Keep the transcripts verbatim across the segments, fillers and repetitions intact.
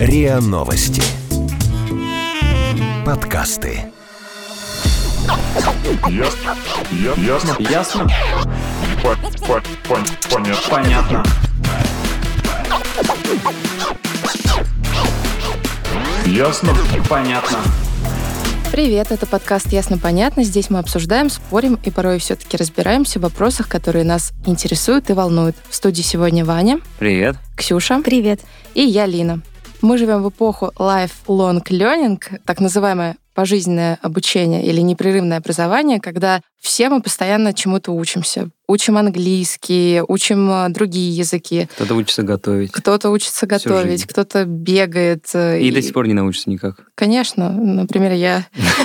РИА Новости. Подкасты. Ясно. Ясно. Ясно. Понятно. Понятно. Ясно. Понятно. Привет, это подкаст «Ясно-понятно». Здесь мы обсуждаем, спорим и порой все-таки разбираемся в вопросах, которые нас интересуют и волнуют. В студии сегодня Ваня. Привет. Ксюша. Привет. И я, Лина. Мы живем в эпоху lifelong learning, так называемое пожизненное обучение или непрерывное образование, когда все мы постоянно чему-то учимся. Учим английский, учим другие языки. Кто-то учится готовить. Кто-то учится готовить, кто-то бегает. И, и до сих пор не научится никак. Конечно. Например, я.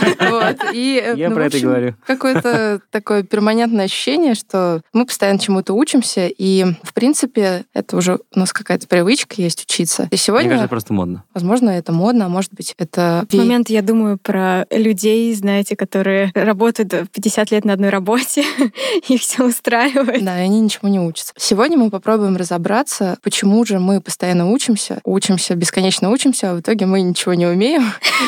Я про это говорю. Какое-то такое перманентное ощущение, что мы постоянно чему-то учимся, и, в принципе, это уже у нас какая-то привычка есть учиться. И сегодня... Мне кажется, просто модно. Возможно, это модно, а может быть, это... В момент я думаю про людей, знаете, которые работают пятьдесят лет на одной работе, и все устраивает. Да, и они ничему не учатся. Сегодня мы попробуем разобраться, почему же мы постоянно учимся, учимся, бесконечно учимся, а в итоге мы ничего не умеем,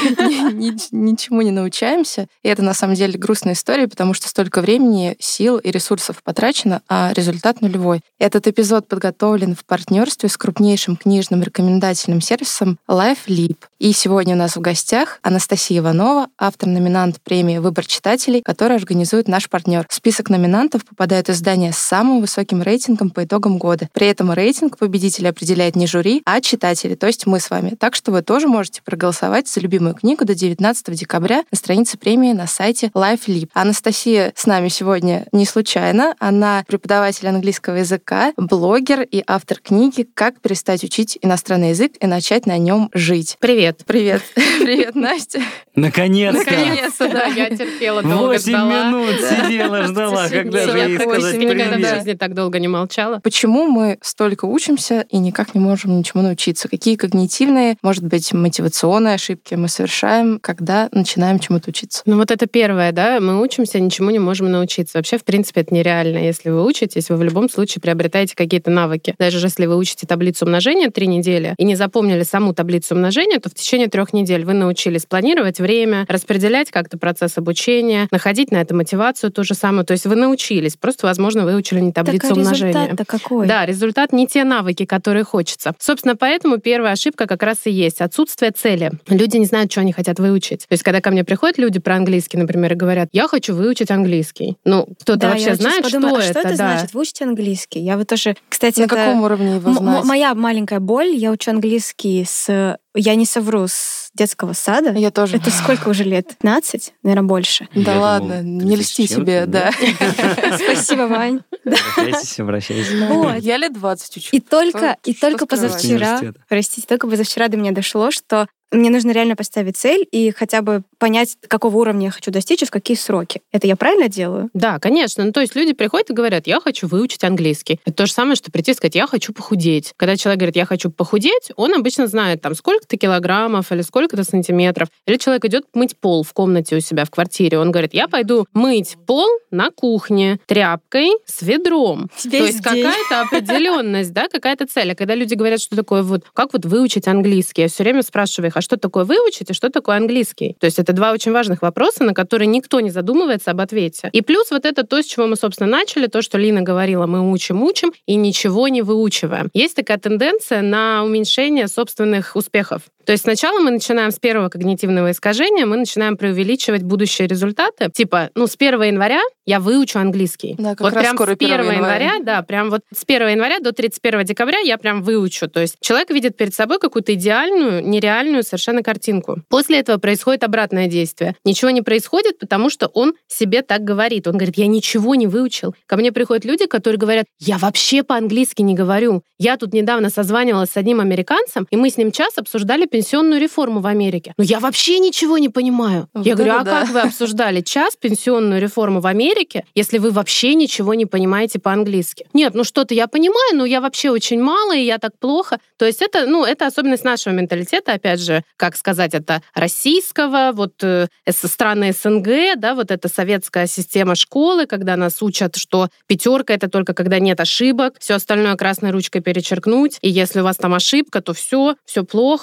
ничему не научаемся. И это, на самом деле, грустная история, потому что столько времени, сил и ресурсов потрачено, а результат нулевой. Этот эпизод подготовлен в партнерстве с крупнейшим книжным рекомендательным сервисом LifeLib. И сегодня у нас в гостях Анастасия Иванова, автор-номинант премии «Выбор читателей», которую организует наш партнер. В список номинантов попадают издания с самым высоким рейтингом по итогам года. При этом рейтинг победителя определяет не жюри, а читатели, то есть мы с вами. Так что вы тоже можете проголосовать за любимую книгу до девятнадцатого декабря на странице премии на сайте LifeLib. Анастасия с нами сегодня не случайно. Она преподаватель английского языка, блогер и автор книги «Как перестать учить иностранный язык и начать на нем жить». Привет. Привет. Привет, Настя. Наконец-то. Наконец-то, да, я терпела, долго ждала. Восемь минут сидела, ждала, когда же ей сказать Я никогда в привет. жизни так долго не молчала. Почему мы столько учимся и никак не можем ничему научиться? Какие когнитивные, может быть, мотивационные ошибки мы совершаем, когда начинаем чему-то учиться? Ну вот это первое, да, мы учимся, ничему не можем научиться. Вообще, в принципе, это нереально. Если вы учитесь, вы в любом случае приобретаете какие-то навыки. Даже если вы учите таблицу умножения три недели и не запомнили саму таблицу умножения, то в течение трех недель вы научились планировать время, распределять как-то процесс обучения, находить на это мотивацию ту же самую. То есть вы научились, просто, возможно, выучили не таблицу так, а умножения. результат-то какой? Да, результат не те навыки, которые хочется. Собственно, поэтому первая ошибка как раз и есть отсутствие цели. Люди не знают, что они хотят выучить. То есть, когда ко мне приходят люди про английский, например, и говорят, я хочу выучить английский. Ну, кто-то да, вообще я знает, подумала, что, что это? это? Да. Значит, выучить английский. Я вот тоже, кстати, На это каком уровне его м- знать? м- моя маленькая боль. Я учу английский с... Я не совру, с детского сада. Я тоже. Это сколько уже лет? пятнадцать? Наверное, больше. Да Я ладно, думал, не тридцать льсти с чем-то, себе, да. Спасибо, Вань. Обращайтесь, обращайтесь. Вот. Я лет двадцать учу. И только, Что- и что только скрывать? позавчера, Университета. простите, только позавчера до меня дошло, что мне нужно реально поставить цель и хотя бы понять, какого уровня я хочу достичь и в какие сроки. Это я правильно делаю? Да, конечно. Ну, то есть люди приходят и говорят, я хочу выучить английский. Это то же самое, что прийти и сказать, я хочу похудеть. Когда человек говорит, я хочу похудеть, он обычно знает, там, сколько-то килограммов или сколько-то сантиметров. Или человек идет мыть пол в комнате у себя в квартире. Он говорит, я пойду мыть пол на кухне тряпкой с ведром. Весь то есть день. какая-то определенность, да, какая-то цель. А когда люди говорят, что такое вот, как вот выучить английский, я все время спрашиваю их, а что такое выучить и что такое английский? То есть это два очень важных вопроса, на которые никто не задумывается об ответе. И плюс вот это то, с чего мы, собственно, начали, то, что Лина говорила, мы учим, учим и ничего не выучиваем. Есть такая тенденция на уменьшение собственных успехов. То есть сначала мы начинаем с первого когнитивного искажения, мы начинаем преувеличивать будущие результаты. Типа, ну, с первого января я выучу английский. Да, как вот раз прям скоро с первого первого января. января, да, прям вот с первого января до тридцать первого декабря я прям выучу. То есть человек видит перед собой какую-то идеальную, нереальную совершенно картинку. После этого происходит обратное действие. Ничего не происходит, потому что он себе так говорит. Он говорит, я ничего не выучил. Ко мне приходят люди, которые говорят, я вообще по-английски не говорю. Я тут недавно созванивалась с одним американцем, и мы с ним час обсуждали пенсионную реформу в Америке. Но я вообще ничего не понимаю. Вот я говорю, это а да. как вы обсуждали час пенсионную реформу в Америке, если вы вообще ничего не понимаете по-английски? Нет, ну что-то я понимаю, но я вообще очень мало, и я так плохо. То есть это, ну, это особенность нашего менталитета, опять же, как сказать, это российского, вот э, страны СНГ, да, вот эта советская система школы, когда нас учат, что пятерка — это только когда нет ошибок, все остальное красной ручкой перечеркнуть, и если у вас там ошибка, то все, все плохо, очень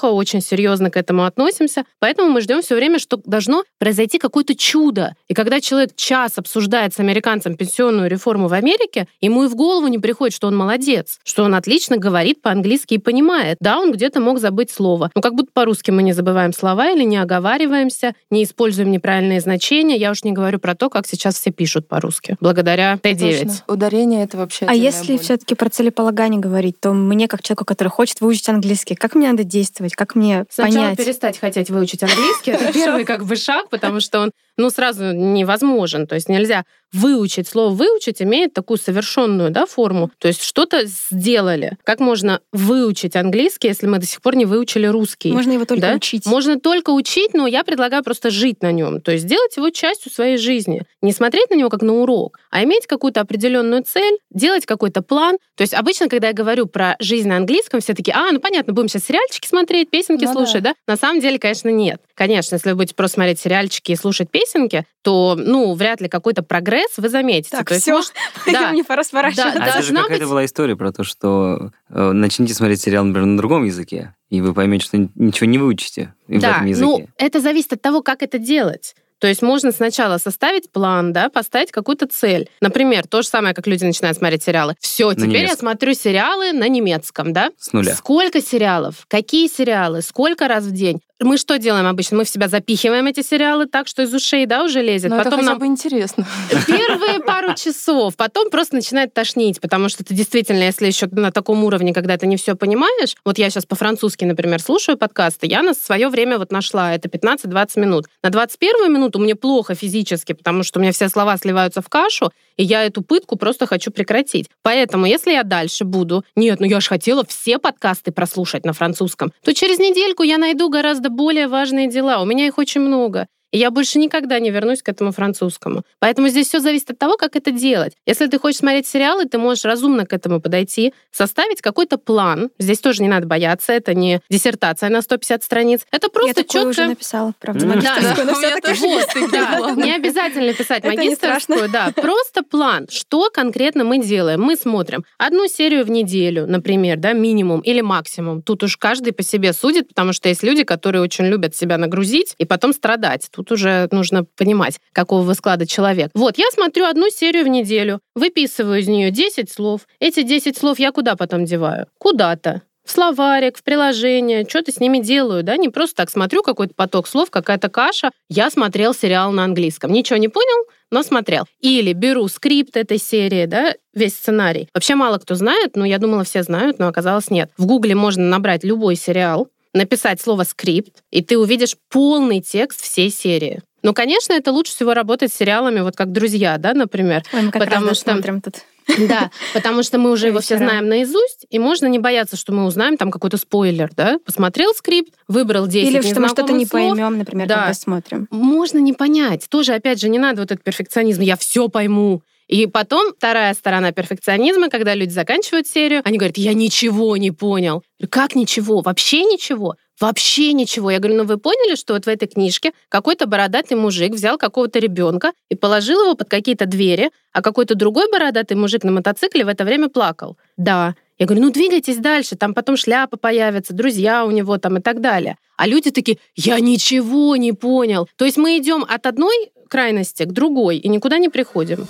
серьезно к этому относимся, поэтому мы ждем все время, что должно произойти какое-то чудо. И когда человек час обсуждает с американцем пенсионную реформу в Америке, ему и в голову не приходит, что он молодец, что он отлично говорит по-английски и понимает. Да, он где-то мог забыть слово. Но как будто по-русски мы не забываем слова или не оговариваемся, не используем неправильные значения. Я уж не говорю про то, как сейчас все пишут по-русски. Благодаря Т девять. Точно. Ударение — это вообще... А если все-таки про целеполагание говорить, то мне, как человеку, который хочет выучить английский, как мне надо действовать, как мне Сначала понять? перестать хотеть выучить английский. Это первый как бы шаг, потому что он ну, сразу невозможен. То есть нельзя выучить. Слово «выучить» имеет такую совершенную, да, форму. То есть что-то сделали. Как можно выучить английский, если мы до сих пор не выучили русский? Можно его только да? учить. Можно только учить, но я предлагаю просто жить на нем. То есть сделать его частью своей жизни. Не смотреть на него как на урок, а иметь какую-то определенную цель, делать какой-то план. То есть обычно, когда я говорю про жизнь на английском, все такие, а, ну понятно, будем сейчас сериальчики смотреть, песенки ну, слушать, да. да? На самом деле, конечно, нет. Конечно, если вы будете просто смотреть сериальчики и слушать песенки, то, ну, вряд ли какой-то прогресс вы заметите. Так, то все, есть, может, да, мне пора сворачивать. Да, а это же какая-то быть... была история про то, что э, начните смотреть сериал, например, на другом языке, и вы поймете, что ничего не выучите в да, этом языке. Ну, это зависит от того, как это делать. То есть можно сначала составить план, да, поставить какую-то цель. Например, то же самое, как люди начинают смотреть сериалы. Все, теперь немецком. Я смотрю сериалы на немецком, да? С нуля. Сколько сериалов? Какие сериалы? Сколько раз в день? Мы что делаем обычно? Мы в себя запихиваем эти сериалы так, что из ушей, да, уже лезет. Но потом это хотя нам бы интересно. Первые пару часов, потом просто начинает тошнить, потому что ты действительно, если еще на таком уровне, когда ты не все понимаешь, вот я сейчас по-французски, например, слушаю подкасты, я на свое время вот нашла, это пятнадцать-двадцать минут. На двадцать первую минуту мне плохо физически, потому что у меня все слова сливаются в кашу, и я эту пытку просто хочу прекратить. Поэтому, если я дальше буду, нет, ну я же хотела все подкасты прослушать на французском, то через недельку я найду гораздо более важные дела. У меня их очень много. И я больше никогда не вернусь к этому французскому. Поэтому здесь все зависит от того, как это делать. Если ты хочешь смотреть сериалы, ты можешь разумно к этому подойти, составить какой-то план. Здесь тоже не надо бояться, это не диссертация на сто пятьдесят страниц. Это просто я четко... уже написала, правда, да, магистерскую, да, но всё-таки не обязательно писать магистерскую, да, просто план. Что конкретно мы делаем? Мы смотрим одну серию в неделю, например, да, минимум или максимум. Тут уж каждый по себе судит, потому что есть люди, которые очень любят себя нагрузить и потом страдать. Тут уже нужно понимать, какого вы склада человек. Вот, я смотрю одну серию в неделю, выписываю из нее десять слов. Эти десять слов я куда потом деваю? Куда-то. В словарик, в приложение, что-то с ними делаю, да, не просто так смотрю какой-то поток слов, какая-то каша. Я смотрел сериал на английском. Ничего не понял, но смотрел. Или беру скрипт этой серии, да, весь сценарий. Вообще мало кто знает, но я думала, все знают, но оказалось нет. В Гугле можно набрать любой сериал, написать слово «скрипт», и ты увидишь полный текст всей серии. Ну, конечно, это лучше всего работать с сериалами, вот как «Друзья», да, например. Ой, мы как потому раз что смотрим тут. Да, потому что мы уже его все знаем наизусть, и можно не бояться, что мы узнаем там какой-то спойлер, да? Посмотрел скрипт, выбрал десять Или что мы что-то не слов. поймем, например, да. когда смотрим. Можно не понять. Тоже, опять же, не надо вот этот перфекционизм. Я все пойму. И потом вторая сторона перфекционизма, когда люди заканчивают серию, они говорят, я ничего не понял. Как ничего? Вообще ничего? Вообще ничего. Я говорю, ну вы поняли, что вот в этой книжке какой-то бородатый мужик взял какого-то ребенка и положил его под какие-то двери, а какой-то другой бородатый мужик на мотоцикле в это время плакал. Да. Я говорю, ну двигайтесь дальше, там потом шляпа появится, друзья у него там и так далее. А люди такие, я ничего не понял. То есть мы идем от одной крайности к другой и никуда не приходим.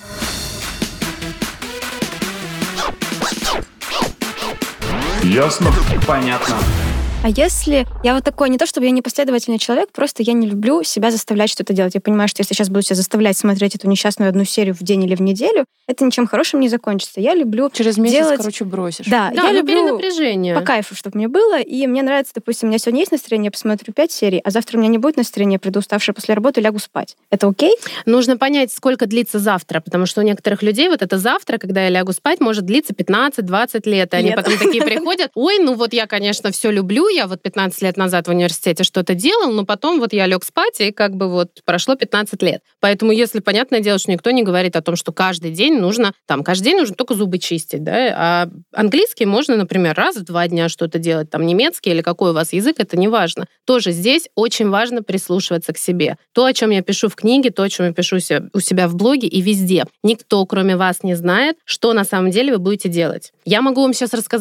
Ясно? Понятно. А если я вот такой, не то чтобы я непоследовательный человек, просто я не люблю себя заставлять что-то делать. Я понимаю, что если сейчас буду себя заставлять смотреть эту несчастную одну серию в день или в неделю, это ничем хорошим не закончится. Я люблю Через месяц, делать... короче, бросишь. Да, Да, я ну, люблю перенапряжение. по кайфу, чтобы мне было. И мне нравится, допустим, у меня сегодня есть настроение, я посмотрю пять серий, а завтра у меня не будет настроения, я приду уставшая после работы, лягу спать. Это окей? Нужно понять, сколько длится завтра, потому что у некоторых людей вот это завтра, когда я лягу спать, может длиться пятнадцать-двадцать лет. И они Нет. потом такие приходят, ой, ну вот я, конечно, все люблю, я вот пятнадцать лет назад в университете что-то делал, но потом вот я лег спать, и как бы вот прошло пятнадцать лет. Поэтому если, понятное дело, что никто не говорит о том, что каждый день нужно, там, каждый день нужно только зубы чистить, да, а английский можно, например, раз в два дня что-то делать, там, немецкий или какой у вас язык, это не важно. Тоже здесь очень важно прислушиваться к себе. То, о чем я пишу в книге, то, о чем я пишу у себя в блоге и везде. Никто, кроме вас, не знает, что на самом деле вы будете делать. Я могу вам сейчас рассказать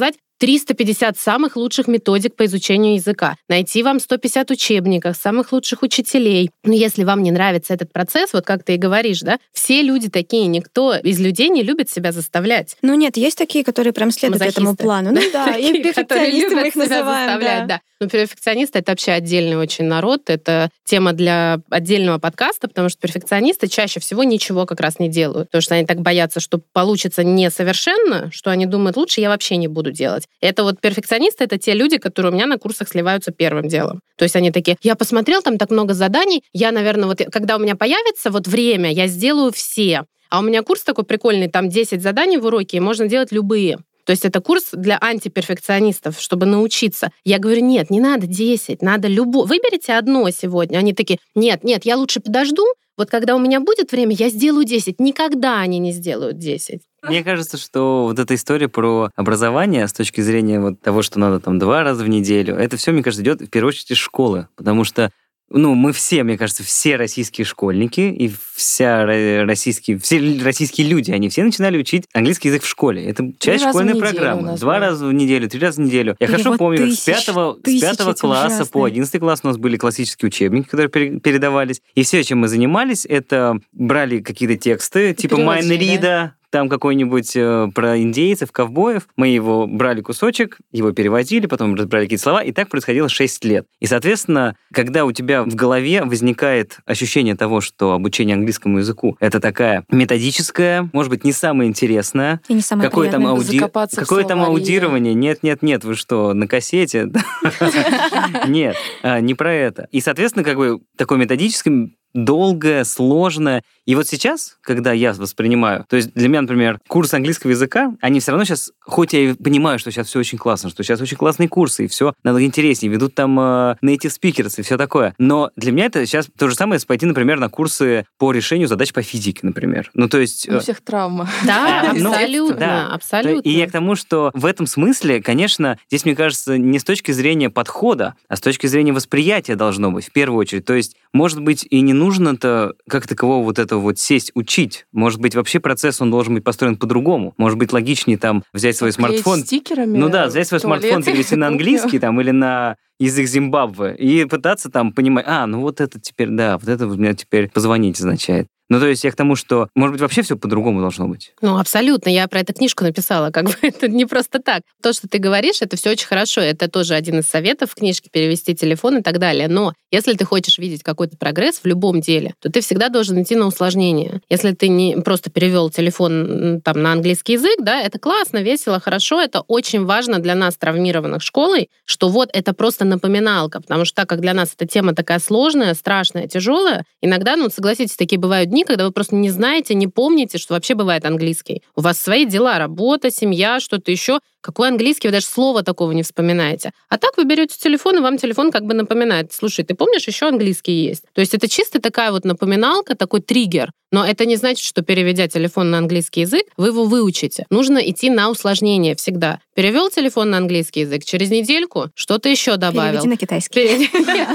триста пятьдесят самых лучших методик по изучению языка, найти вам сто пятьдесят учебников, самых лучших учителей. Но если вам не нравится этот процесс, вот как ты и говоришь, да, все люди такие, никто из людей не любит себя заставлять. Ну нет, есть такие, которые прям следуют Мазохисты. этому плану. Ну да, и Такие, которые перфекционисты мы любят их себя называем. заставлять, Да. да. Но перфекционисты — это вообще отдельный очень народ, это тема для отдельного подкаста, потому что перфекционисты чаще всего ничего как раз не делают, потому что они так боятся, что получится несовершенно, что они думают, лучше я вообще не буду делать. Это вот перфекционисты — это те люди, которые у меня на курсах сливаются первым делом. То есть они такие, я посмотрел, там так много заданий, я, наверное, вот когда у меня появится вот время, я сделаю все. А у меня курс такой прикольный, там десять заданий в уроке, и можно делать любые. То есть это курс для антиперфекционистов, чтобы научиться. Я говорю, нет, не надо десять, надо любое. Выберите одно сегодня. Они такие, нет, нет, я лучше подожду, вот когда у меня будет время, я сделаю десять. Никогда они не сделают десять. Мне кажется, что вот эта история про образование с точки зрения вот того, что надо там два раза в неделю, это все, мне кажется, идет в первую очередь из школы, потому что ну, мы все, мне кажется, все российские школьники и вся российские, все российские люди, они все начинали учить английский язык в школе. Это часть школьной программы. Два раза в неделю, три раза в неделю. Я хорошо помню, как с пятого, с пятого класса по одиннадцатый класс у нас были классические учебники, которые передавались. И все, чем мы занимались, это брали какие-то тексты, типа Майнрида, там какой-нибудь э, про индейцев, ковбоев. Мы его брали кусочек, его переводили, потом разбирали какие-то слова, и так происходило шесть лет. И, соответственно, когда у тебя в голове возникает ощущение того, что обучение английскому языку — это такая методическая, может быть, не самая интересная, и не самое какое там, ауди... какое там аудирование, нет-нет-нет, вы что, на кассете? Нет, не про это. И, соответственно, как бы такой методический, долгое, сложное. И вот сейчас, когда я воспринимаю, то есть для меня, например, курс английского языка, они все равно сейчас, хоть я и понимаю, что сейчас все очень классно, что сейчас очень классные курсы, и все намного интереснее, ведут там uh, native speakers и все такое. Но для меня это сейчас то же самое, если пойти, например, на курсы по решению задач по физике, например. Ну, то есть... У всех травма. Да, абсолютно, абсолютно. И я к тому, что в этом смысле, конечно, здесь, мне кажется, не с точки зрения подхода, а с точки зрения восприятия должно быть, в первую очередь. То есть, может быть, и не нужно-то как такового вот этого вот сесть учить. Может быть, вообще процесс, он должен быть построен по-другому. Может быть, логичнее там взять свой Клеить смартфон... стикерами. Ну да, взять свой смартфон, перевести на английский там или на язык Зимбабве и пытаться там понимать, а, ну вот это теперь, да, вот это у меня теперь позвонить означает. Ну, то есть я к тому, что, может быть, вообще все по-другому должно быть. Ну, абсолютно. Я про эту книжку написала. Как бы это не просто так. То, что ты говоришь, это все очень хорошо. Это тоже один из советов в книжке, перевести телефон и так далее. Но если ты хочешь видеть какой-то прогресс в любом деле, то ты всегда должен идти на усложнение. Если ты не просто перевел телефон там, на английский язык, да, это классно, весело, хорошо. Это очень важно для нас, травмированных школой, что вот это просто напоминалка. Потому что так как для нас эта тема такая сложная, страшная, тяжелая, иногда, ну, согласитесь, такие бывают дни, когда вы просто не знаете, не помните, что вообще бывает английский. У вас свои дела, работа, семья, что-то еще. Какой английский? Вы даже слова такого не вспоминаете. А так вы берете телефон, и вам телефон как бы напоминает. Слушай, ты помнишь, еще английский есть? То есть это чисто такая вот напоминалка, такой триггер. Но это не значит, что, переведя телефон на английский язык, вы его выучите. Нужно идти на усложнение всегда. Перевел телефон на английский язык, через недельку что-то еще добавил. Переведи на китайский.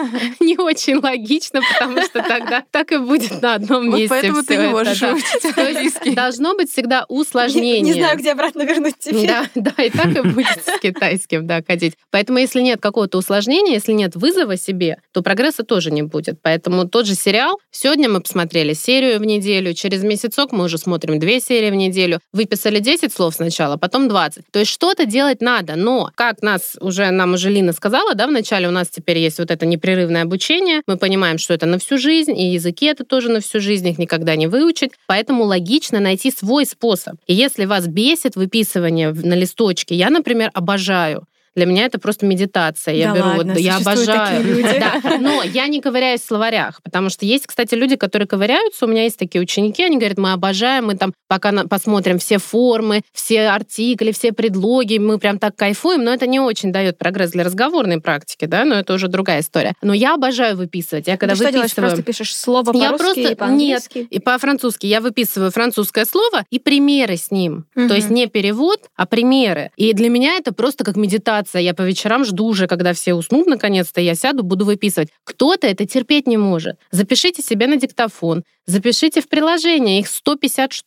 Не очень логично, потому что тогда так и будет на одном месте. Поэтому ты не можешь выучить английский. Должно быть всегда усложнение. Не знаю, где обратно вернуть тебе. Да, да, и так и будет с китайским, да, ходить. Поэтому если нет какого-то усложнения, если нет вызова себе, то прогресса тоже не будет. Поэтому тот же сериал, сегодня мы посмотрели серию в неделю, через месяцок мы уже смотрим две серии в неделю, выписали десять слов сначала, потом двадцать. То есть что-то делать надо, но, как нас уже, нам уже Лина сказала, да, вначале у нас теперь есть вот это непрерывное обучение, мы понимаем, что это на всю жизнь, и языки это тоже на всю жизнь, их никогда не выучить, поэтому логично найти свой способ. И если вас бесит выписывание на листочке, я, например, обожаю. Для меня это просто медитация. Я да беру, ладно, вот, я обожаю. Такие люди. Да, но я не ковыряюсь в словарях, потому что есть, кстати, люди, которые ковыряются. У меня есть такие ученики, они говорят, мы обожаем, мы там пока на, посмотрим все формы, все артикли, все предлоги, мы прям так кайфуем, но это не очень дает прогресс для разговорной практики, да, но это уже другая история. Но я обожаю выписывать. Я когда Ты что выписываю... делаешь? Просто пишешь слово я по-русски просто... и по-английски? Нет, и по-французски. Я выписываю французское слово и примеры с ним. Угу. То есть не перевод, а примеры. И для меня это просто как медитация. Я по вечерам жду уже, когда все уснут, наконец-то, я сяду, буду выписывать. Кто-то это терпеть не может. Запишите себе на диктофон, запишите в приложение, их сто пятьдесят штук.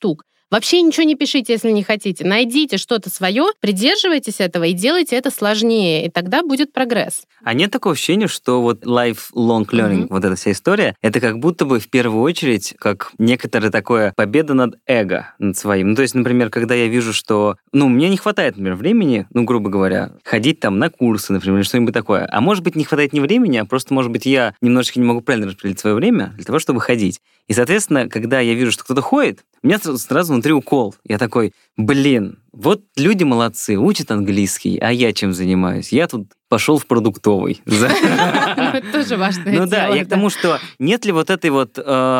Вообще ничего не пишите, если не хотите. Найдите что-то свое, придерживайтесь этого и делайте это сложнее, и тогда будет прогресс. А нет такого ощущения, что вот lifelong learning, mm-hmm. вот эта вся история, это как будто бы в первую очередь как некоторая такое победа над эго, над своим. Ну, то есть, например, когда я вижу, что, ну, мне не хватает, например, времени, ну, грубо говоря, ходить там на курсы, например, или что-нибудь такое. А может быть, не хватает не времени, а просто, может быть, я немножечко не могу правильно распределить свое время для того, чтобы ходить. И, соответственно, когда я вижу, что кто-то ходит, у меня сразу внутри укол. Я такой, блин, вот люди молодцы, учат английский, а я чем занимаюсь? Я тут пошел в продуктовый. Это тоже важное дело. Ну да, я к тому, что нет ли вот этой вот...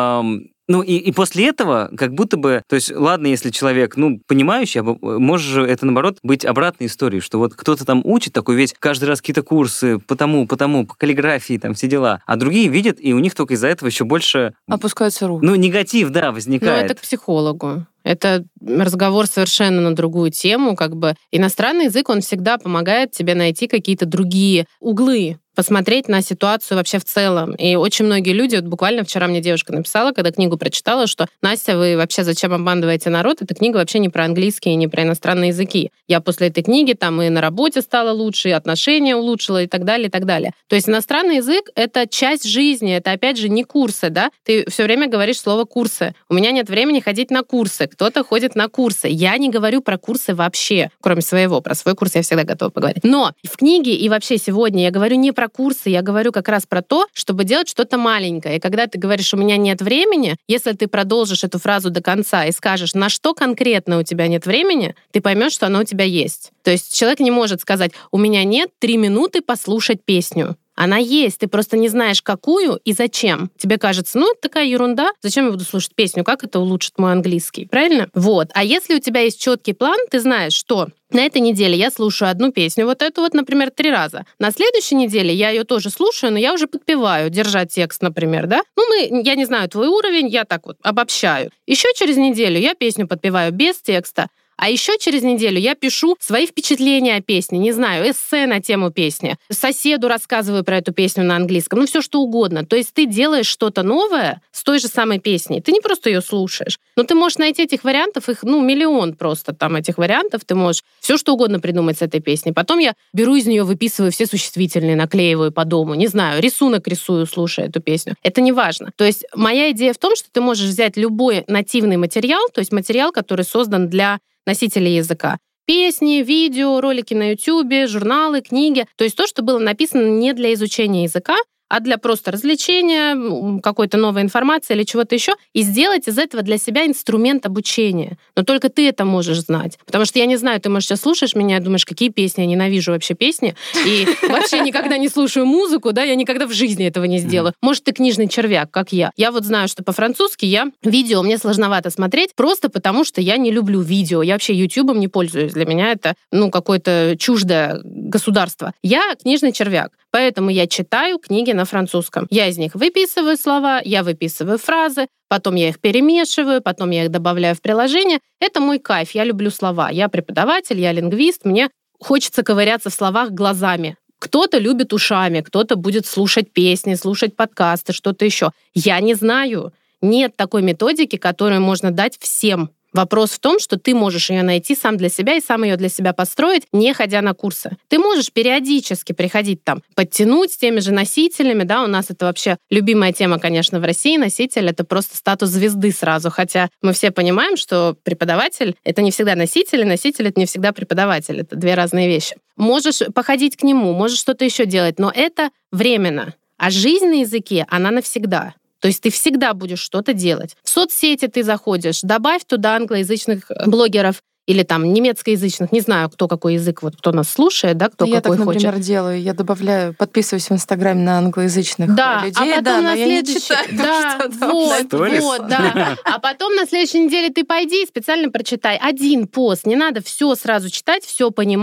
Ну и, и после этого как будто бы, то есть ладно, если человек, ну, понимающий, может же это, наоборот, быть обратной историей, что вот кто-то там учит такой весь, каждый раз какие-то курсы по тому, по тому, по каллиграфии, там, все дела, а другие видят, и у них только из-за этого еще больше... Опускаются руки. Ну, негатив, да, возникает. Ну, это к психологу. Это разговор совершенно на другую тему, как бы. Иностранный язык, он всегда помогает тебе найти какие-то другие углы, посмотреть на ситуацию вообще в целом. И очень многие люди, вот буквально вчера мне девушка написала, когда книгу прочитала, что «Настя, вы вообще зачем обманываете народ? Эта книга вообще не про английский и не про иностранные языки. Я после этой книги там и на работе стала лучше, и отношения улучшила, и так далее, и так далее». То есть иностранный язык — это часть жизни, это, опять же, не курсы, да? Ты все время говоришь слово «курсы». У меня нет времени ходить на курсы, кто-то ходит на курсы. Я не говорю про курсы вообще, кроме своего. Про свой курс я всегда готова поговорить. Но в книге и вообще сегодня я говорю не про курсы, я говорю как раз про то, чтобы делать что-то маленькое. И когда ты говоришь «у меня нет времени», если ты продолжишь эту фразу до конца и скажешь, на что конкретно у тебя нет времени, ты поймешь, что оно у тебя есть. То есть человек не может сказать «у меня нет три минуты послушать песню». Она есть, ты просто не знаешь, какую и зачем. Тебе кажется, ну, это такая ерунда, зачем я буду слушать песню, как это улучшит мой английский, правильно? Вот. А если у тебя есть четкий план, ты знаешь, что на этой неделе я слушаю одну песню, вот эту вот, например, три раза. На следующей неделе я ее тоже слушаю, но я уже подпеваю, держа текст, например, да? Ну, мы, я не знаю твой уровень, я так вот обобщаю. Еще через неделю я песню подпеваю без текста, а еще через неделю я пишу свои впечатления о песне, не знаю, эссе на тему песни. Соседу рассказываю про эту песню на английском, ну все что угодно. То есть ты делаешь что-то новое с той же самой песней. Ты не просто ее слушаешь, но ты можешь найти этих вариантов, их, ну, миллион просто там этих вариантов. Ты можешь все что угодно придумать с этой песней. Потом я беру из нее, выписываю все существительные, наклеиваю по дому, не знаю, рисунок рисую, слушая эту песню. Это не важно. То есть моя идея в том, что ты можешь взять любой нативный материал, то есть материал, который создан для носителей языка. Песни, видео, ролики на Ютубе, журналы, книги. То есть то, что было написано не для изучения языка, а для просто развлечения, какой-то новой информации или чего-то еще, и сделать из этого для себя инструмент обучения. Но только ты это можешь знать. Потому что я не знаю, ты, может, сейчас слушаешь меня и думаешь, какие песни, я ненавижу вообще песни, и вообще никогда не слушаю музыку, да, я никогда в жизни этого не сделаю. Может, ты книжный червяк, как я. Я вот знаю, что по-французски я видео мне сложновато смотреть, просто потому что я не люблю видео. Я вообще ютубом не пользуюсь. Для меня это, ну, какое-то чуждое государство. Я книжный червяк. Поэтому я читаю книги на французском. Я из них выписываю слова, я выписываю фразы, потом я их перемешиваю, потом я их добавляю в приложение. Это мой кайф, я люблю слова. Я преподаватель, я лингвист, мне хочется ковыряться в словах глазами. Кто-то любит ушами, кто-то будет слушать песни, слушать подкасты, что-то еще. Я не знаю. Нет такой методики, которую можно дать всем. Вопрос в том, что ты можешь ее найти сам для себя и сам ее для себя построить, не ходя на курсы. Ты можешь периодически приходить там, подтянуть с теми же носителями, да, у нас это вообще любимая тема, конечно, в России. Носитель — это просто статус звезды сразу, хотя мы все понимаем, что преподаватель — это не всегда носитель, и носитель — это не всегда преподаватель. Это две разные вещи. Можешь походить к нему, можешь что-то еще делать, но это временно. А жизнь на языке, она навсегда. То есть ты всегда будешь что-то делать. В соцсети ты заходишь, добавь туда англоязычных блогеров или там немецкоязычных, не знаю, кто какой язык, вот кто нас слушает, да, кто я какой так, например, хочет. делаю, я добавляю, подписываюсь в Инстаграме на англоязычных да, людей, а потом да, на но следующий... я не читаю, да, что вот, Сторис? вот, да. А потом на следующей неделе ты пойди и специально прочитай один пост. Не надо все сразу читать, все понимать.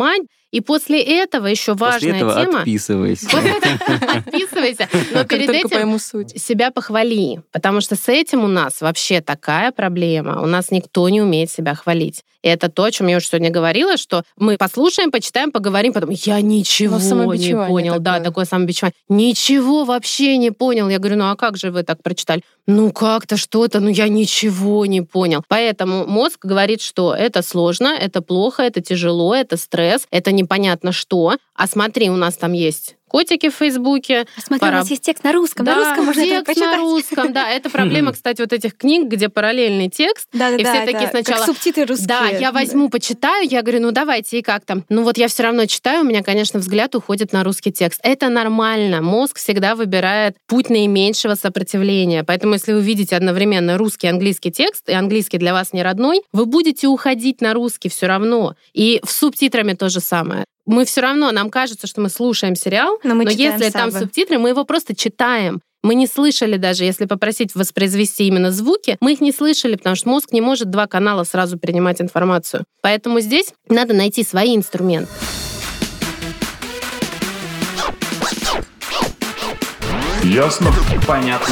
И после этого еще важная После этого тема... отписывайся. После этого отписывайся. Но Как перед только этим пойму суть. себя похвали, потому что с этим у нас вообще такая проблема. У нас никто не умеет себя хвалить. И это то, о чем я уже сегодня говорила, что мы послушаем, почитаем, поговорим, потом я ничего Ну, не самобичевание понял. Да, такое. такое самобичевание. Ничего вообще не понял. Я говорю, ну а как же вы так прочитали? Ну как-то что-то, ну я ничего не понял. Поэтому мозг говорит, что это сложно, это плохо, это тяжело, это стресс, это непонятно что. А смотри, у нас там есть котики в Фейсбуке. Смотри, Пора- у нас есть текст на русском. Да, на русском можно это текст почитать. на русском, да. Это проблема, кстати, вот этих книг, где параллельный текст. Да, да, И да. все такие это сначала, Как субтитры русские. Да, я возьму, почитаю, я говорю, ну давайте, и как там? Ну вот я все равно читаю, у меня, конечно, взгляд уходит на русский текст. Это нормально. Мозг всегда выбирает путь наименьшего сопротивления. Поэтому если вы видите одновременно русский и английский текст, и английский для вас не родной, вы будете уходить на русский все равно. И с субтитрами то же самое. Мы все равно, нам кажется, что мы слушаем сериал, Но мы но читаем если там сабы. субтитры, мы его просто читаем. Мы не слышали даже, если попросить воспроизвести именно звуки, мы их не слышали, потому что мозг не может два канала сразу принимать информацию. Поэтому здесь надо найти свои инструменты. Ясно? Понятно.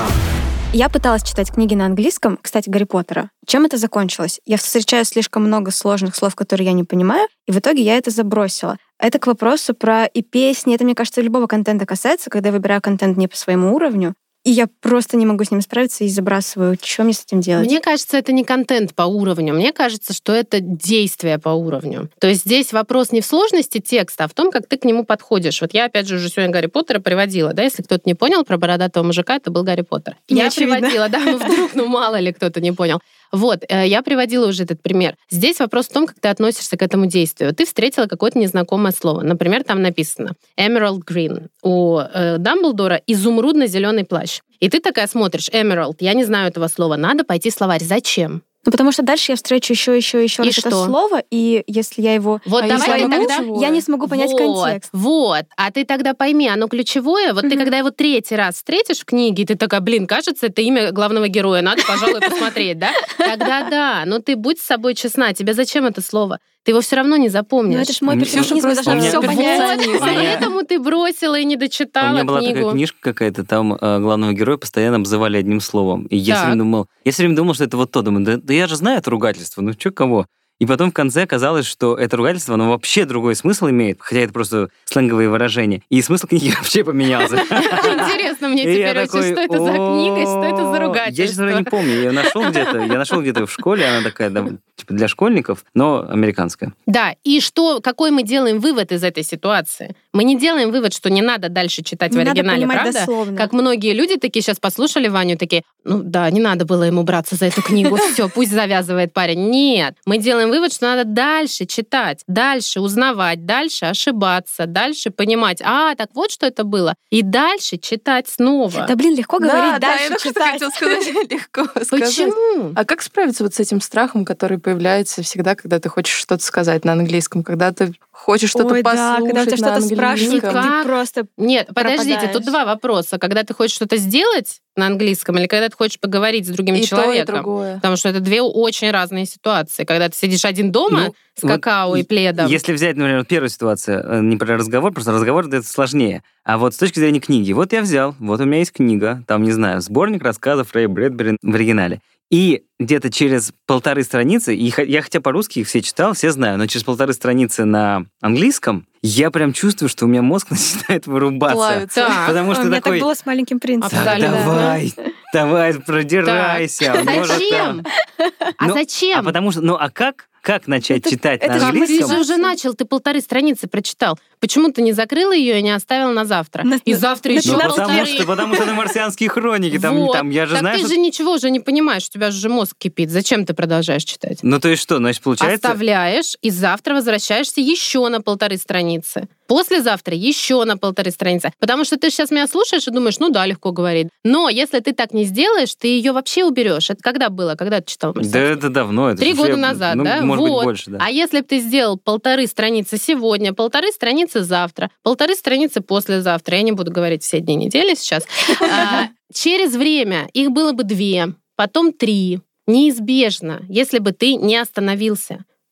Я пыталась читать книги на английском, кстати, Гарри Поттера. Чем это закончилось? Я встречаю слишком много сложных слов, которые я не понимаю, и в итоге я это забросила. Это к вопросу про и песни. Это, мне кажется, любого контента касается, когда я выбираю контент не по своему уровню, и я просто не могу с ним справиться и забрасываю. Что мне с этим делать? Мне кажется, это не контент по уровню. Мне кажется, что это действие по уровню. То есть здесь вопрос не в сложности текста, а в том, как ты к нему подходишь. Вот я, опять же, уже сегодня Гарри Поттера приводила. Да? Если кто-то не понял про бородатого мужика, это был Гарри Поттер. Не Я очевидно. приводила, да, ну вдруг, ну мало ли кто-то не понял. Вот, э, я приводила уже этот пример. Здесь вопрос в том, как ты относишься к этому действию. Ты встретила какое-то незнакомое слово. Например, там написано Emerald Green. У э, Дамблдора изумрудно-зеленый плащ. И ты такая смотришь, Emerald, я не знаю этого слова, надо пойти в словарь. Зачем? Ну, потому что дальше я встречу еще, еще, еще И раз это что? слово, и если я его Вот а, давай если ты я тогда- пойму, я не смогу понять вот, контекст. Вот, а ты тогда пойми, оно ключевое. Вот ты Мгм. когда его третий раз встретишь в книге, и ты такая, блин, кажется, это имя главного героя, надо, пожалуй, посмотреть, да? Тогда да, но ты будь с собой честна, тебе зачем это слово? Ты его все равно не запомнишь. Ну, это ж мой Мне- перфекционизм, я просто должна у меня- все Вот, понять. Вот, поэтому ты бросила и не У дочитала меня была книгу. такая книжка какая-то, там э, главного героя постоянно обзывали одним словом. И я Так. все время думал, я все время думал, что это вот то. Думаю, да, да я же знаю это ругательство, ну что кого? И потом в конце оказалось, что это ругательство, оно вообще другой смысл имеет, хотя это просто сленговые выражения. И смысл книги вообще поменялся. Интересно мне И я теперь очень, такой, что это за книга, и что это за «О». ругательство. Я, честно говоря, не помню. Я нашел где-то, я нашел где-то в школе, она такая, да, типа для школьников, но американская. Да, и что, какой мы делаем вывод из этой ситуации? Мы не делаем вывод, что не надо дальше читать Не в надо оригинале, понимать правда? дословно. Как многие люди такие сейчас послушали Ваню, такие, ну да, не надо было ему браться за эту книгу, все, пусть завязывает парень. Нет, мы делаем вывод, что надо дальше читать, дальше узнавать, дальше ошибаться, дальше понимать, а, так вот что это было, и дальше читать снова. Да, блин, легко Да, говорить, да, дальше я только что читать. хотела сказать, легко сказать. Почему? А как справиться вот с этим страхом, который появляется всегда, когда ты хочешь что-то сказать на английском, когда ты хочешь что-то Ой, да, послушать когда у тебя на что-то спрашивают, английском? Никак. ты просто... Нет, подождите, пропадаешь. тут два вопроса. Когда ты хочешь что-то сделать на английском или когда ты хочешь поговорить с другим И то, и человеком. другое. Потому что это две очень разные ситуации. Когда ты сидишь один дома Ну, с вот какао и пледом. Если взять, например, первую ситуацию, э, не про разговор, просто разговор это сложнее. А вот с точки зрения книги, вот я взял, вот у меня есть книга, там, не знаю, сборник рассказов Рэя Брэдбери в оригинале. И где-то через полторы страницы, и х- я хотя по-русски их все читал, все знаю, но через полторы страницы на английском я прям чувствую, что у меня мозг начинает вырубаться. Плавится. Так. Потому Ой, что у меня такой, так было с маленьким принцем. «Да, Абсолютно. давай, давай, продирайся. может, Зачем? там». А Ну, зачем? А потому что, ну а как, как начать Это- читать это на же Как? Ты английском? же уже начал, ты полторы страницы прочитал. Почему ты не закрыла ее и не оставила на завтра? На- И завтра на- еще Ну, на потому полторы. что, потому что это марсианские хроники, там, Вот. там, я же так знаю, ты что... же ничего уже не понимаешь, у тебя же мозг кипит. Зачем ты продолжаешь читать? Ну, то есть что, значит, получается... Оставляешь, и завтра возвращаешься еще на полторы страницы. Послезавтра еще на полторы страницы. Потому что ты сейчас меня слушаешь и думаешь, ну да, легко говорить. Но если ты так не сделаешь, ты ее вообще уберешь. Это когда было? Когда ты читал Да «Марсианский»? это давно. Это Три же года все- назад, ну, да? может вот. быть, больше, да. А если бы ты сделал полторы страницы сегодня, полторы страницы завтра, полторы страницы послезавтра, я не буду говорить все дни недели сейчас, а, через время их было бы две, потом три. Неизбежно, если бы ты не остановился.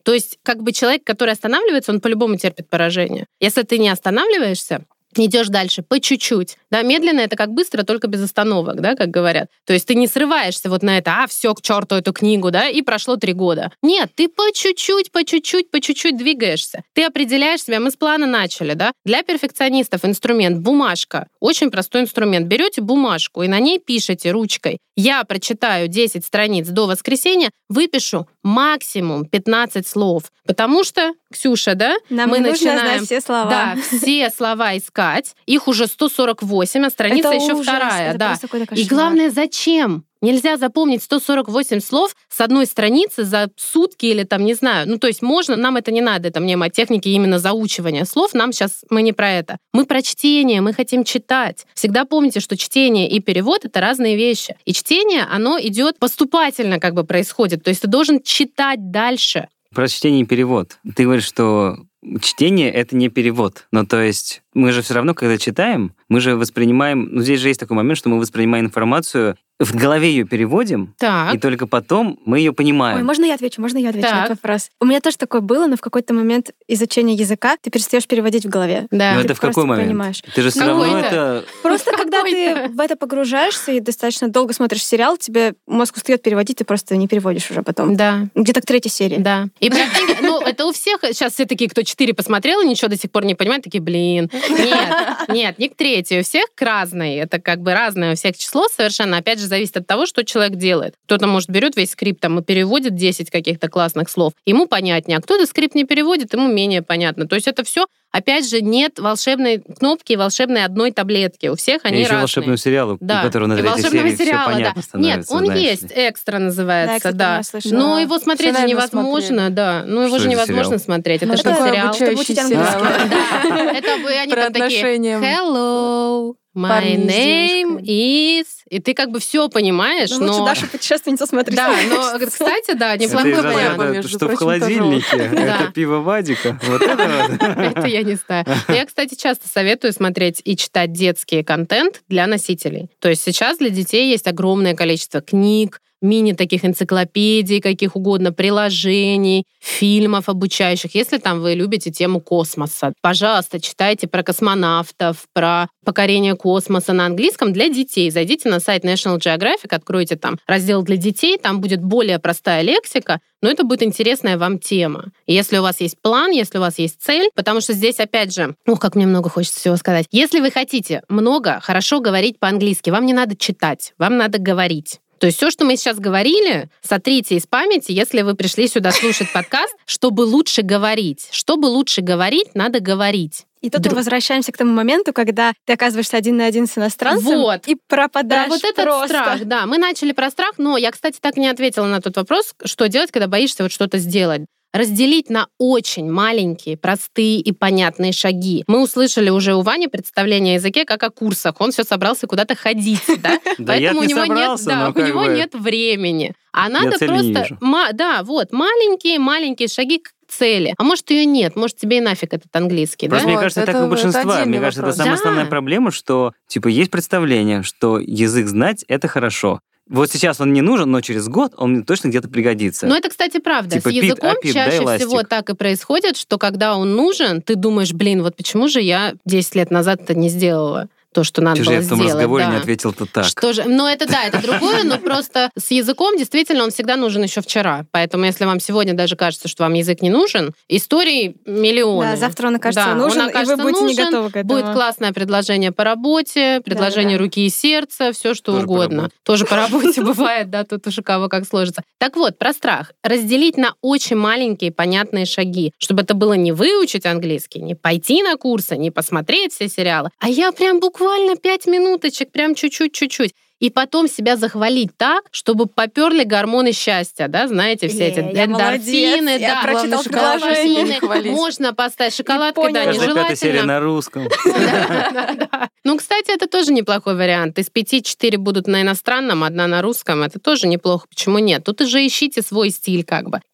То есть как бы человек, который останавливается, он по-любому терпит поражение. Если ты не останавливаешься, идешь дальше по чуть-чуть. Да, медленно — это как быстро, только без остановок, да, как говорят. То есть ты не срываешься вот на это, а, все, к черту эту книгу, да, и прошло три года. Нет, ты по чуть-чуть, по чуть-чуть, по чуть-чуть двигаешься. Ты определяешь себя, мы с плана начали, да. Для перфекционистов инструмент — бумажка. Очень простой инструмент. Берете бумажку и на ней пишете ручкой: я прочитаю десять страниц до воскресенья, выпишу максимум пятнадцать слов. Потому что, Ксюша, да, Нам мы не нужно начинаем знать все слова. Да, все слова искать. Их уже сто сорок восемь, а страница Это еще ужас, вторая. это Да. просто какой-то И кошмар. главное, зачем? Нельзя запомнить сто сорок восемь слов с одной страницы за сутки или там, не знаю. Ну, то есть можно, нам это не надо, это мнемотехники именно заучивания слов. Нам сейчас, мы не про это. Мы про чтение, мы хотим читать. Всегда помните, что чтение и перевод — это разные вещи. И чтение, оно идет поступательно, как бы происходит. То есть ты должен читать дальше. Про чтение и перевод. Ты говоришь, что чтение — это не перевод. Ну, то есть мы же все равно, когда читаем, мы же воспринимаем... Ну, здесь же есть такой момент, что мы воспринимаем информацию, в голове ее переводим, Так. и только потом мы ее понимаем. Ой, можно я отвечу? Можно я отвечу Так. на этот вопрос? У меня тоже такое было, но в какой-то момент изучения языка ты перестаешь переводить в голове. Да. Но ты это в какой просто момент? понимаешь. Ты же все Ну, равно какой-то. это... Просто когда ты Какой-то. в это погружаешься и достаточно долго смотришь сериал, тебе мозг устает переводить, ты просто не переводишь уже потом. Да. Где-то к третьей серии. Да. И про книги, ну, это у всех. Сейчас все такие, кто четыре посмотрел и ничего до сих пор не понимает, такие, блин. Нет, нет, не к третьей. У всех к разной. Это как бы разное у всех число совершенно. Опять же, зависит от того, что человек делает. Кто-то, может, берет весь скрипт там и переводит десять каких-то классных слов. Ему понятнее. А кто-то скрипт не переводит, ему менее понятно. То есть это все, опять же, нет волшебной кнопки, волшебной одной таблетки. У всех они И еще разные. волшебного сериала, Да. у которого на И третьей волшебного серии все сериала, понятно да. становится. Нет, он знаешь есть, ли. экстра называется, Да, кстати, да. я слышала. Но Да. его смотреть Все, же наверное, невозможно, смотрели. да. Ну его Что же это за невозможно сериал? смотреть. Это Ну, же такой не сериал. обучающий Чтобы учить сериал. английский. Да. Это вы- они Про там такие: отношения. Hello, my Парни с name is... И ты как бы все понимаешь, Ну, лучше но... Дашу путешественницу смотреть. Да, но, кстати, да, Это неплохой из Неплохой разряда, вариант. вариант, между что в прочим, холодильнике, Да. это пиво Вадика. Вот это вот. Это я не знаю. Но я, кстати, часто советую смотреть и читать детский контент для носителей. То есть сейчас для детей есть огромное количество книг, мини таких энциклопедий, каких угодно, приложений, фильмов обучающих. Если там вы любите тему космоса, пожалуйста, читайте про космонавтов, про покорение космоса на английском для детей. Зайдите на сайт National Geographic, откройте там раздел для детей, там будет более простая лексика, но это будет интересная вам тема. И если у вас есть план, если у вас есть цель, потому что здесь, опять же, ух, как мне много хочется всего сказать. Если вы хотите много, хорошо говорить по-английски, вам не надо читать, вам надо говорить. То есть все, что мы сейчас говорили, сотрите из памяти, если вы пришли сюда слушать подкаст, чтобы лучше говорить. Чтобы лучше говорить, надо говорить. И тут Друг- мы возвращаемся к тому моменту, когда ты оказываешься один на один с иностранцем Вот. и пропадаешь Про вот этот просто. страх, да. Мы начали про страх, но я, кстати, так и не ответила на тот вопрос, что делать, когда боишься вот что-то сделать. Разделить на очень маленькие, простые и понятные шаги. Мы услышали уже у Вани представление о языке как о курсах. Он все собрался куда-то ходить, да? Да я Поэтому у не него нет, собрался, да, но у как него бы нет времени. А надо цели не просто, вижу. ма- да, вот маленькие, маленькие шаги к цели. А может ее нет, может тебе и нафиг этот английский, да? Просто мне Вот, кажется, так это- у большинства. это отдельный Мне кажется, это вопрос. самая Да. основная проблема, что типа есть представление, что язык знать — это хорошо. Вот сейчас он не нужен, но через год он мне точно где-то пригодится. Но это, кстати, правда. Типа С пит, языком а пит, дай чаще ластик. всего так и происходит, что когда он нужен, ты думаешь, блин, вот почему же я десять лет назад это не сделала? То, что надо Ты же было я в том сделать. разговоре да. не ответил-то так. Что же, ну это да, это другое, но просто с языком действительно он всегда нужен еще вчера. Поэтому если вам сегодня даже кажется, что вам язык не нужен, историй миллионы. Да, завтра он окажется Да, нужен, он окажется и вы будете нужен, не готовы к этому. Будет классное предложение по работе, предложение Да-да-да. руки и сердца, все что Тоже по угодно. работе. Тоже по работе бывает, да, тут уж у кого как сложится. Так вот, про страх. Разделить на очень маленькие понятные шаги, чтобы это было не выучить английский, не пойти на курсы, не посмотреть все сериалы, а я прям буквально пять минуточек, прям чуть-чуть-чуть-чуть. И потом себя захвалить так, чтобы поперли гормоны счастья, да, знаете, все Э, эти я эндорфины, молодец, я да, прочитал главное, предложение. шоколадку не хвалить. можно поставить шоколадкой, да, понял. Каждая пятая серия нежелательно. на русском. Да, да, да. Ну, кстати, это тоже неплохой вариант. Из пяти четыре будут на иностранном, одна на русском. Это тоже неплохо. Почему нет? Тут уже ищите свой стиль как бы.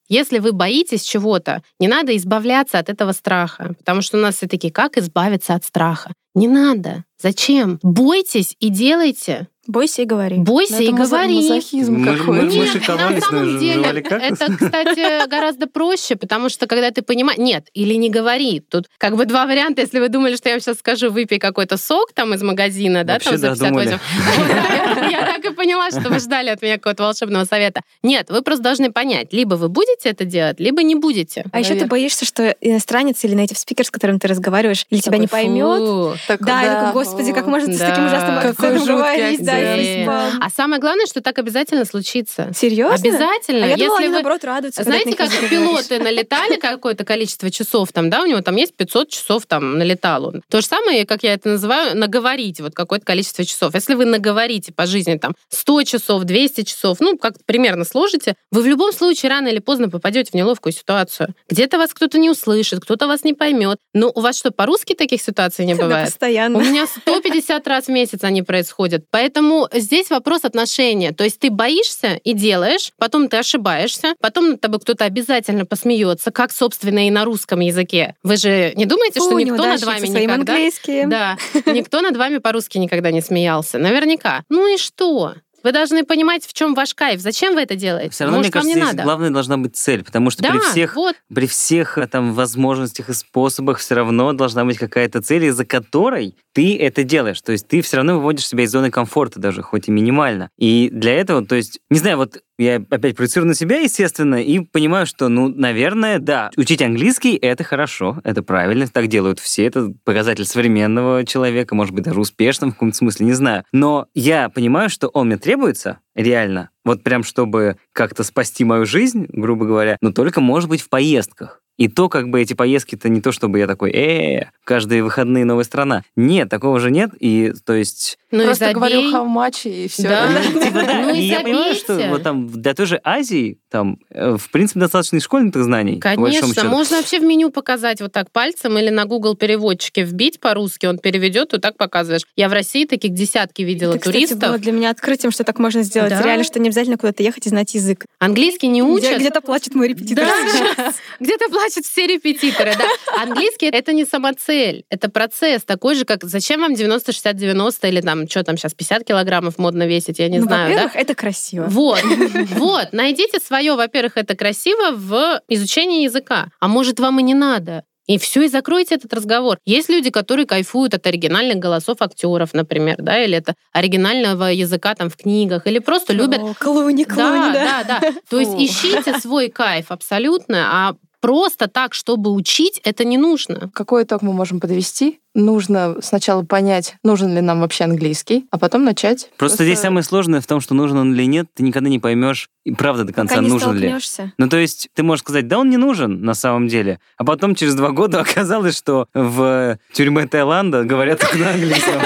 Если вы боитесь чего-то, не надо избавляться от этого страха. Потому что у нас все такие, как избавиться от страха? Не надо. Зачем? Бойтесь и делайте. Бойся и говори. Бойся Это и мазо- говори. мазохизм Мы- какой-то. мы- мы Нет, шоколовались, на самом но деле, жевали кактус. это, кстати, гораздо проще, потому что когда ты понимаешь... Нет, или не говори. Тут как бы два варианта. Если вы думали, что я вам сейчас скажу, выпей какой-то сок там из магазина, да, Вообще, там за да, пятьдесят восемь. думали. Вот, да, я, я так и поняла, что вы ждали от меня какого-то волшебного совета. Нет, вы просто должны понять, либо вы будете это делать, либо не будете. А еще ты Наверное. боишься, что иностранец или native speaker, с которым ты разговариваешь, или тебя не Такой, поймет. фу. Так, Да, и такой, господи, как можно с Да. таким ужасным Какой акцентом жуткий говорить, да, акцент. и спам. А самое главное, что так обязательно случится. Серьезно? Обязательно. А я думала, Если они, вы- наоборот, радуются. когда Знаете, ты как на них язык говоришь. пилоты налетали какое-то количество часов там, да, у него там есть пятьсот часов там налетал он. То же самое, как я это называю, наговорить вот какое-то количество часов. Если вы наговорите по жизни там сто часов, двести часов, ну, как примерно сложите, вы в любом случае рано или поздно попадете в неловкую ситуацию. Где-то вас кто-то не услышит, кто-то вас не поймет. Но у вас что, по-русски таких ситуаций не Да, бывает? постоянно. У меня сто пятьдесят раз в месяц они происходят. Поэтому здесь вопрос отношения. То есть ты боишься и делаешь, потом ты ошибаешься, потом над тобой кто-то обязательно посмеется, как, собственно, и на русском языке. Вы же не думаете, Фу, что никто над неудачник вами со своим никогда... английским. Да, никто над вами по-русски никогда не смеялся. Наверняка. Ну и что? Вы должны понимать, в чем ваш кайф. Зачем вы это делаете? Все равно, Может, мне вам кажется, не здесь надо? главное должна быть цель, потому что Да, при всех вот. при всех э, там возможностях и способах все равно должна быть какая-то цель, из-за которой ты это делаешь. То есть ты все равно выводишь себя из зоны комфорта даже, хоть и минимально. И для этого, то есть, не знаю, вот я опять проецирую на себя, естественно, и понимаю, что, ну, наверное, да, учить английский — это хорошо, это правильно, так делают все, это показатель современного человека, может быть, даже успешным в каком-то смысле, не знаю. Но я понимаю, что он мне требуется, реально, вот прям чтобы как-то спасти мою жизнь, грубо говоря, но только, может быть, в поездках. И то, как бы эти поездки-то не то, чтобы я такой, э, каждые выходные новая страна. Нет, такого же нет. И то есть... Ну и Просто забей. говорю how much, и все. Да. Ну, типа, да. Ну и И я понимаю, что забейте. вот там для той же Азии, там, э, в принципе, достаточно и школьных знаний. по большому Конечно, счету. можно вообще в меню показать вот так пальцем или на Google переводчике вбить по-русски, он переведет, и так показываешь. Я в России таких десятки видела Это, кстати, туристов. было для меня открытием, что так можно сделать. Да. Реально, что не обязательно куда-то ехать и знать язык. Английский не Где- учат. Где-то плачет мой репетитор. Да, где-то плачут все репетиторы, да. Английский — это не самоцель, это процесс, такой же, как зачем вам девяносто шестьдесят девяносто или там, что там сейчас, пятьдесят килограммов модно весить, я не Ну, знаю, да? во-первых, это красиво. Вот, вот, найдите свое, во-первых, это красиво в изучении языка, а может, вам и не надо. И все, и закройте этот разговор. Есть люди, которые кайфуют от оригинальных голосов актеров, например, да, или это оригинального языка там в книгах, или просто любят... О, Клуни, клуни, Да, да, да. То есть Фу. ищите свой кайф абсолютно, а просто так, чтобы учить, это не нужно. Какой итог мы можем подвести? Нужно сначала понять, нужен ли нам вообще английский, а потом начать. Просто здесь самое сложное в том, что нужен он или нет, ты никогда не поймешь, и правда до конца Пока не нужен ли. столкнешься. Ну, то есть ты можешь сказать, да, он не нужен на самом деле. А потом через два года оказалось, что в тюрьме Таиланда говорят только на английском.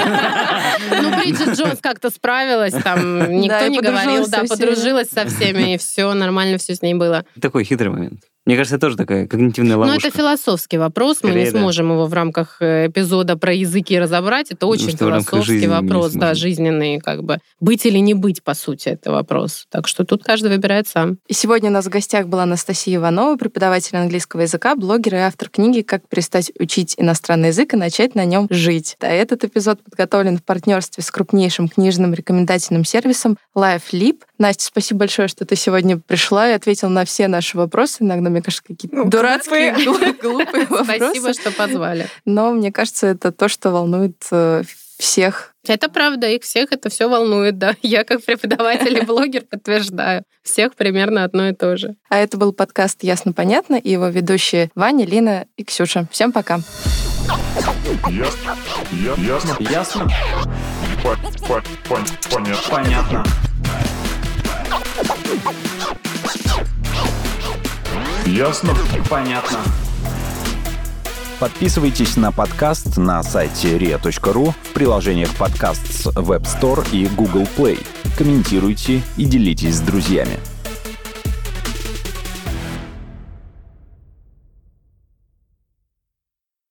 Ну, Бриджит Джонс как-то справилась, там никто Да, и не говорил, подружилась да, со всеми. подружилась со всеми, и все нормально, все с ней было. Такой хитрый момент. Мне кажется, это тоже такая когнитивная Но ловушка. это философский вопрос, мы не Скорее, да. сможем его в рамках э, эпизода про языки разобрать. Это очень что в рамках философский жизни мы не вопрос, да, сможем. жизненный, как бы. Быть или не быть, по сути, это вопрос. Так что тут каждый выбирает сам. И сегодня у нас в гостях была Анастасия Иванова, преподаватель английского языка, блогер и автор книги «Как перестать учить иностранный язык и начать на нем жить». А этот эпизод подготовлен в партнерстве с крупнейшим книжным рекомендательным сервисом LifeLib. Настя, спасибо большое, что ты сегодня пришла и ответила на все наши вопросы. Иногда, мне кажется, какие-то Ну, дурацкие, глупые. глу- глупые вопросы. Спасибо, что позвали. Но мне кажется, это то, что волнует э, всех. Это правда, их всех это все волнует, да. Я как преподаватель и блогер подтверждаю. Всех примерно одно и то же. А это был подкаст «Ясно-понятно» и его ведущие Ваня, Лина и Ксюша. Всем пока. Ясно. Я- Ясно. Ясно? По- по- пон- Понятно. Понятно. Ясно. Понятно. Подписывайтесь на подкаст на сайте риа точка ру, в приложениях подкаст с Web Store и Google Play. Комментируйте и делитесь с друзьями.